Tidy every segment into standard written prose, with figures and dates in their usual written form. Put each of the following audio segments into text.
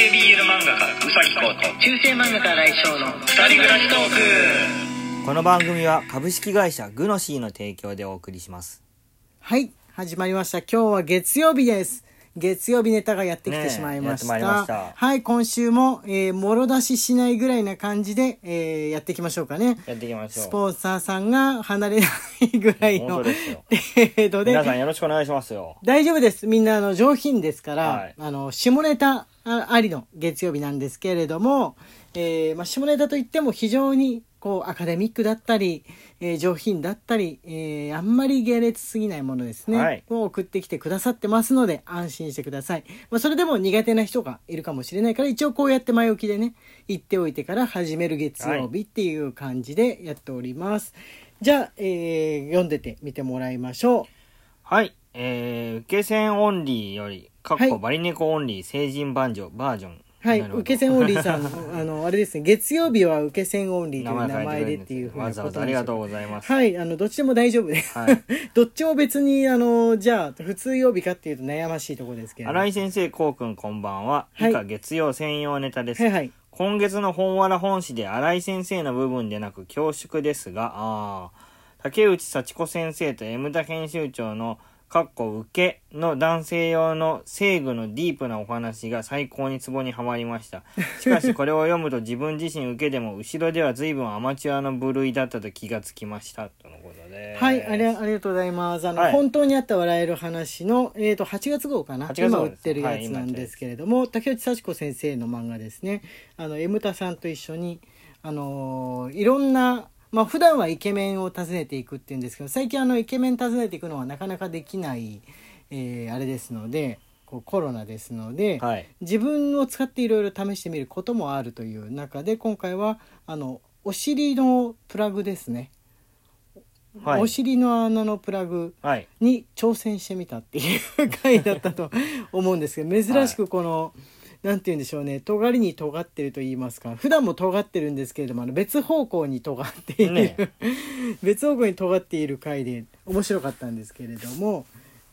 系 BL 漫画家うさぎこと中世漫画家来翔の二人暮らしトーク。 この番組は株式会社グノシーの提供でお送りします。 はい、始まりました。今日は月曜日です。月曜日ネタがやってきてしまいました。 やってまいりました。 はい、今週も、もろ出ししないぐらいな感じで、やっていきましょうかね。 やっていきましょう。 スポンサーさんが離れないぐらいの程度で。 皆さんよろしくお願いしますよ。 大丈夫です。みんな上品ですから、 はい、 下ネタありの月曜日なんですけれども、下ネタといっても非常にこうアカデミックだったり、上品だったり、あんまり下劣すぎないものですね、 はい、 を送ってきてくださってますので安心してください。それでも苦手な人がいるかもしれないから、一応こうやって前置きでね言っておいてから始める月曜日っていう感じでやっております。じゃあ、読んでてみてもらいましょう。 はい、受け線オンリーよりバリネコオンリー成人バージョン。 はい、受け線オンリーさんあれですね、月曜日は受け線オンリーという名前でっていうふうなことわざわざありがとうございます。 はい、どっちでも大丈夫です、はい、どっちも別にじゃあ普通曜日かっていうと悩ましいところですけど、 新井先生、こうくんこんばんは。以下月曜専用ネタです。 はいはい、 今月の本わら本誌で新井先生の部分でなく恐縮ですが、竹内幸子先生と M 田編集長の受けの男性用の性具のディープなお話が最高にツボにはまりました。しかしこれを読むと自分自身受けでも後ろでは随分アマチュアの部類だったと気がつきましたとのことで。 はい、ありがとうございます。本当にあった笑える話の、8月号かな、今売ってるやつなんですけれども、竹内幸子先生の漫画ですね。M 田さんと一緒にいろんな普段はイケメンを訪ねていくっていうんですけど、最近イケメン訪ねていくのはなかなかできない、あれですので、コロナですので、自分を使っていろいろ試してみることもあるという中で、今回はお尻のプラグですね、お尻の穴のプラグに挑戦してみたっていう回だったと思うんですけど、珍しくこの、なんて言うんでしょうね、尖りに尖ってると言いますか、普段も尖ってるんですけれども、別方向に尖っている、別方向に尖っている回で面白かったんですけれども、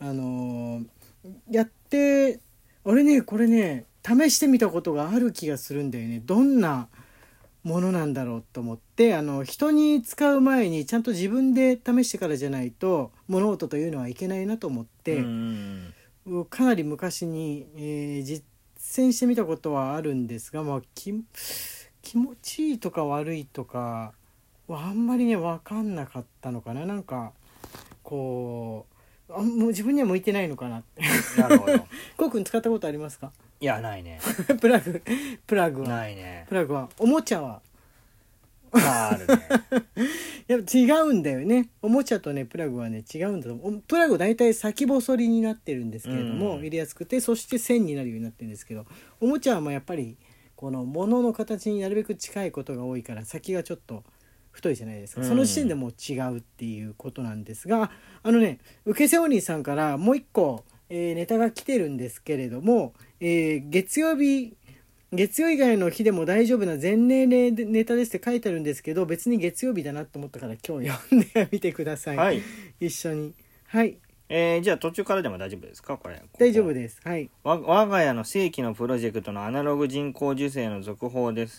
やってこれね試してみたことがある気がするんだよね。どんなものなんだろうと思って、人に使う前にちゃんと自分で試してからじゃないと物事というのはいけないなと思って、かなり昔に、実践してみたことはあるんですが、気持ちいいとか悪いとかはあんまりね分かんなかったのかな。なんかこうもう自分には向いてないのかなってなるほど。 こうくん使ったことありますか？ いや、ないね。 プラグはないね。 プラグはおもちゃはあるね。 やっぱ違うんだよね。おもちゃとねプラグはね違うんだと思う。プラグだいたい先細りになってるんですけれども、入れやすくて、そして線になるようになってるんですけど、おもちゃはやっぱりこの物の形になるべく近いことが多いから先がちょっと太いじゃないですか。その時点でもう違うっていうことなんですが、受けせお兄さんからもう一個、ネタが来てるんですけれども、月曜以外の日でも大丈夫な全年齢ネタですって書いてあるんですけど、別に月曜日だなと思ったから今日読んでみてください。 はい、 一緒に。はい、 じゃあ途中からでも大丈夫ですか？これ大丈夫です。はい。 我が家の世紀のプロジェクトのアナログ人工授精の続報です。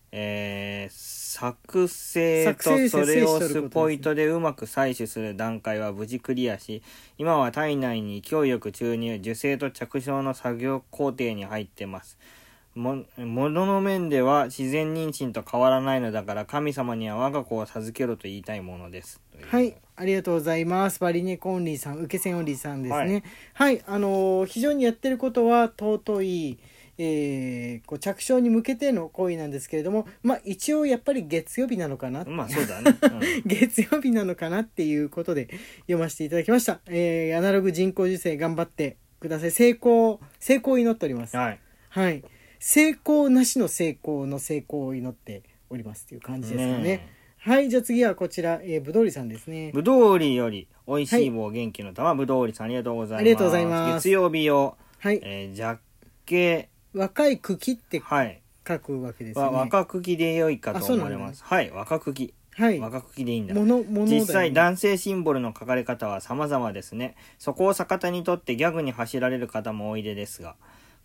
作成とそれをスポイトでうまく採取する段階は無事クリアし、今は体内に勢いよく注入、受精と着床の作業工程に入ってます。ものの面では自然妊娠と変わらないのだから、神様には我が子を授けろと言いたいものです。 はい、ありがとうございます。バリネコオンリーさん、受け線オンリーさんですね。はい、非常にやってることは尊い、着床に向けての行為なんですけれども、一応やっぱり月曜日なのかな、 そうだね、 月曜日なのかなっていうことで読ませていただきました。アナログ人工授精頑張ってください。成功を祈っております。はい、成功なしの成功の成功を祈っておりますという感じですかね。はい、じゃあ次はこちら、ぶどうりさんですね。 ぶどうりより美味しい棒元気の玉、ぶどうりさん、ありがとうございます。 ありがとうございます。 月曜日用、若茎、 若い茎って書くわけですね。 若茎で良いかと思われます。はい、若茎。若茎でいいんだ。実際男性シンボルの書かれ方は様々ですね。そこを逆手にとってギャグに走られる方も多いですが、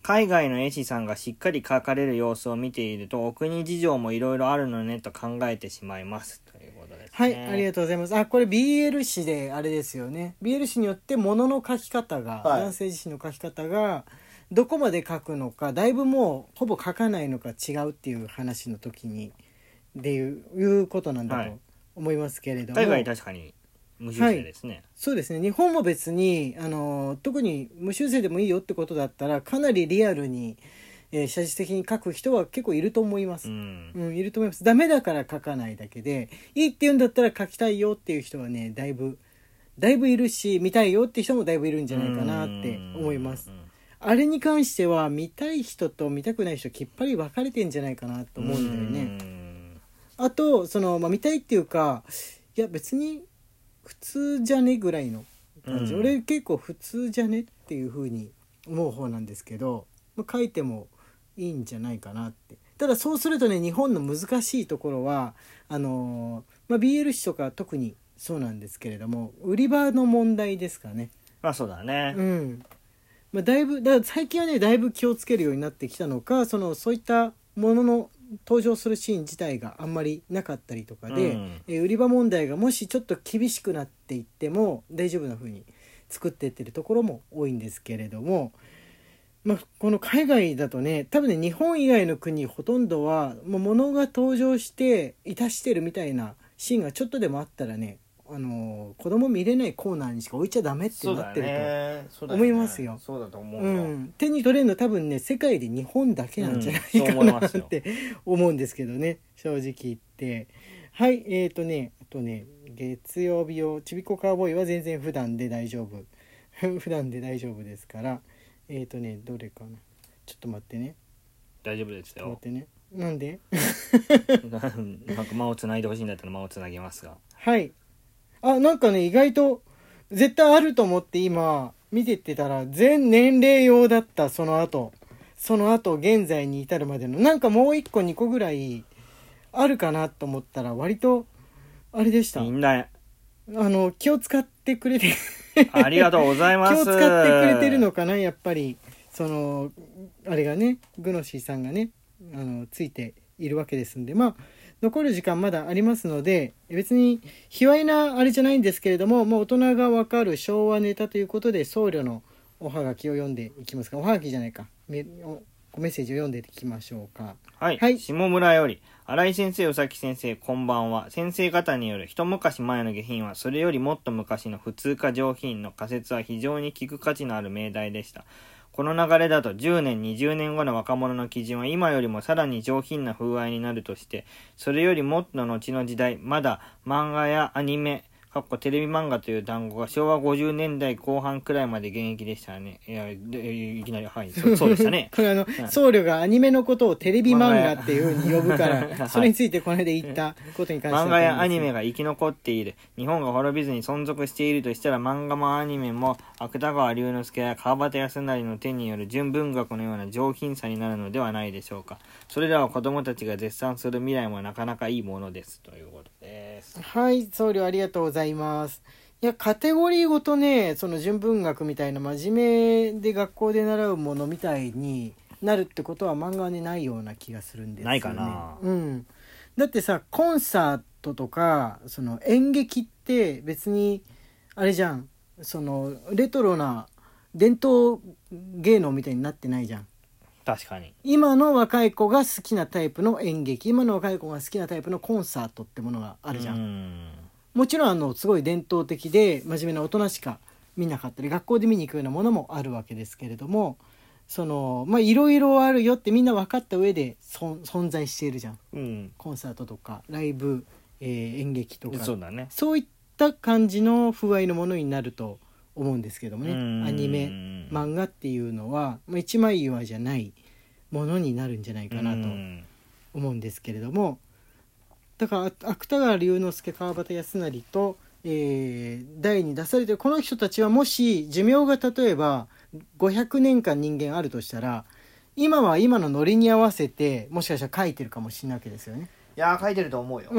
海外の絵師さんがしっかり描かれる様子を見ていると、お国事情もいろいろあるのねと考えてしまいますということですね。 はい、ありがとうございます。これ BL 誌であれですよね。BL 誌によって物の描き方が、男性自身の描き方がどこまで描くのか、だいぶもうほぼ描かないのか違うっていう話の時にでいうことなんだと思いますけれども、 海外確かに無修正ですね。 そうですね。日本も別に特に無修正でもいいよってことだったら、かなりリアルに、写実的に描く人は結構いると思います、いると思います。ダメだから描かないだけで、いいって言うんだったら描きたいよっていう人はね、だいぶいるし、見たいよって人もだいぶいるんじゃないかなって思います。あれに関しては見たい人と見たくない人きっぱり分かれてんじゃないかなと思うんだよね。あと見たいっていうか、いや別に普通じゃねぐらいの感じ、俺結構普通じゃねっていう風に思う方なんですけど、書いてもいいんじゃないかなって。ただそうするとね、日本の難しいところはBL 誌とか特にそうなんですけれども、売り場の問題ですかね。 そうだね。 だいぶだから最近はね、だいぶ気をつけるようになってきたのか、そういったものの登場するシーン自体があんまりなかったりとかで、売り場問題がもしちょっと厳しくなっていっても大丈夫な風に作っていってるところも多いんですけれども、この海外だとね、多分ね、日本以外の国ほとんどはもう物が登場していたしてるみたいなシーンがちょっとでもあったらね、子供見れないコーナーにしか置いちゃダメってなってると思いますよ。 そうだと思うよ。 手に取れるの多分ね、世界で日本だけなんじゃないかなって思うんですけどね、正直言って。はい、あとね、月曜日用ちびっこカーボーイは全然普段で大丈夫普段で大丈夫ですから、どれかな、ちょっと待ってね。 大丈夫ですよ。 待ってね。なんでなんか間をつないでほしいんだったら間をつなげますが。 はい。なんかね、意外と絶対あると思って今見てってたら、全年齢用だった。その後現在に至るまでのなんかもう1個2個ぐらいあるかなと思ったら、割とあれでした。 みんな気を使ってくれてありがとうございます。 気を使ってくれてるのかな、やっぱりあれがね、グノシーさんがねついているわけですんで、残る時間まだありますので、別に卑猥なあれじゃないんですけれども、大人がわかる昭和ネタということで、僧侶のおはがきを読んでいきますか。おはがきじゃないか、メッセージを読んでいきましょうか。 はい、下村より、新井先生、宇崎先生、こんばんは。先生方による一昔前の下品は、それよりもっと昔の普通か上品の仮説は非常に聞く価値のある命題でした。この流れだと10年、20年後の若者の基準は今よりもさらに上品な風合いになるとして、それよりもっと後の時代、まだ漫画やアニメ、テレビ漫画という単語が昭和50年代後半くらいまで現役でしたね。いきなり、そうでしたね。 これ僧侶がアニメのことをテレビ漫画っていう風に呼ぶから、それについてこの間言ったことに関しては、 漫画やアニメが生き残っている、日本が滅びずに存続しているとしたら、漫画もアニメも芥川龍之介や川端康成の手による純文学のような上品さになるのではないでしょうか。それらは子供たちが絶賛する未来もなかなかいいものです、ということです。 はい、僧侶ありがとうございます。いや、カテゴリーごとね、その純文学みたいな真面目で学校で習うものみたいになるってことは漫画にないような気がするんですよね。 ないかな。 だってさ、コンサートとかその演劇って別にあれじゃん、レトロな伝統芸能みたいになってないじゃん。 確かに。 今の若い子が好きなタイプの演劇、今の若い子が好きなタイプのコンサートってものがあるじゃん。もちろんすごい伝統的で真面目な大人しか見なかったり、学校で見に行くようなものもあるわけですけれども、いろいろあるよってみんな分かった上で存在しているじゃん、コンサートとかライブ、演劇とか、 そうだね、 そういった感じの風合いのものになると思うんですけどもね。アニメ漫画っていうのは、一枚岩じゃないものになるんじゃないかなと思うんですけれども、だから芥川龍之介、川端康成と、題に出されているこの人たちは、もし寿命が例えば500年間人間あるとしたら、今は今のノリに合わせてもしかしたら書いてるかもしれないわけですよね。 いや書いてると思うよ。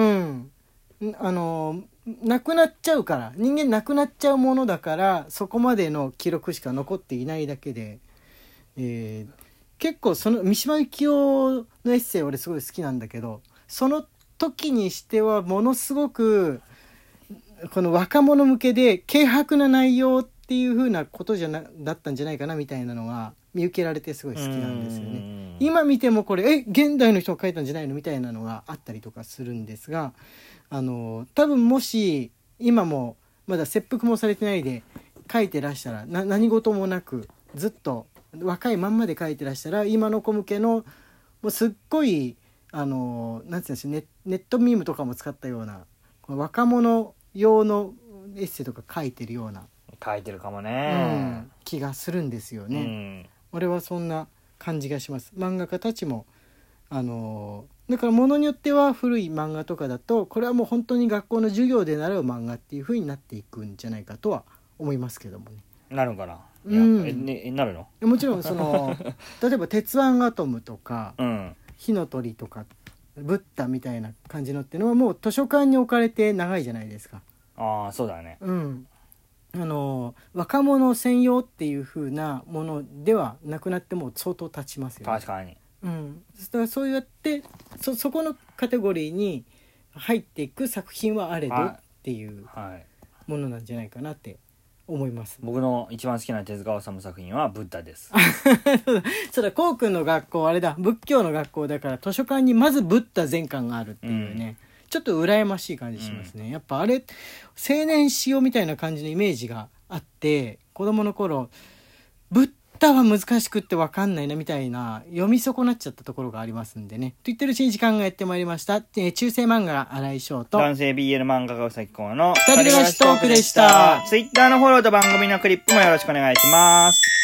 なくなっちゃうから、人間なくなっちゃうものだから、そこまでの記録しか残っていないだけで、 結構その三島由紀夫のエッセイ俺すごい好きなんだけど、その時にしてはものすごくこの若者向けで軽薄な内容っていう風なことだったんじゃないかなみたいなのが見受けられてすごい好きなんですよね。今見てもこれ現代の人が書いたんじゃないのみたいなのがあったりとかするんですが、多分もし今もまだ切腹もされてないで書いてらしたら何事もなくずっと若いまんまで書いてらしたら、今の子向けのもうすっごいなんていうんですネットミームとかも使ったような若者用のエッセイとか書いてるような書いてるかもね、 気がするんですよね、俺はそんな感じがします。漫画家たちもだからものによっては古い漫画とかだとこれはもう本当に学校の授業で習う漫画っていう風になっていくんじゃないかとは思いますけどもね。 なるかな、なるの？ もちろん例えば鉄腕アトムとか、火の鳥とかブッダみたいな感じのっていうのはもう図書館に置かれて長いじゃないですか。 ああそうだね。 若者専用っていう風なものではなくなってもう相当経ちますよね。 確かに。 だからそうやってそこのカテゴリーに入っていく作品はあれどっていうものなんじゃないかなって思います。 僕の一番好きな手塚治虫作品はブッダです。 そうだ、こうくんの学校あれだ、仏教の学校だから図書館にまずブッダ全巻があるっていうね、ちょっと羨ましい感じしますね、やっぱあれ青年仕様みたいな感じのイメージがあって、子供の頃ブッダは難しくって分かんないなみたいな読み損なっちゃったところがありますんでね。と言ってるうちに時間がやってまいりました。中世漫画新井翔と男性 BL 漫画家うさぎこうの二人暮らしトークでした。 Twitter のフォローと番組のクリップもよろしくお願いします。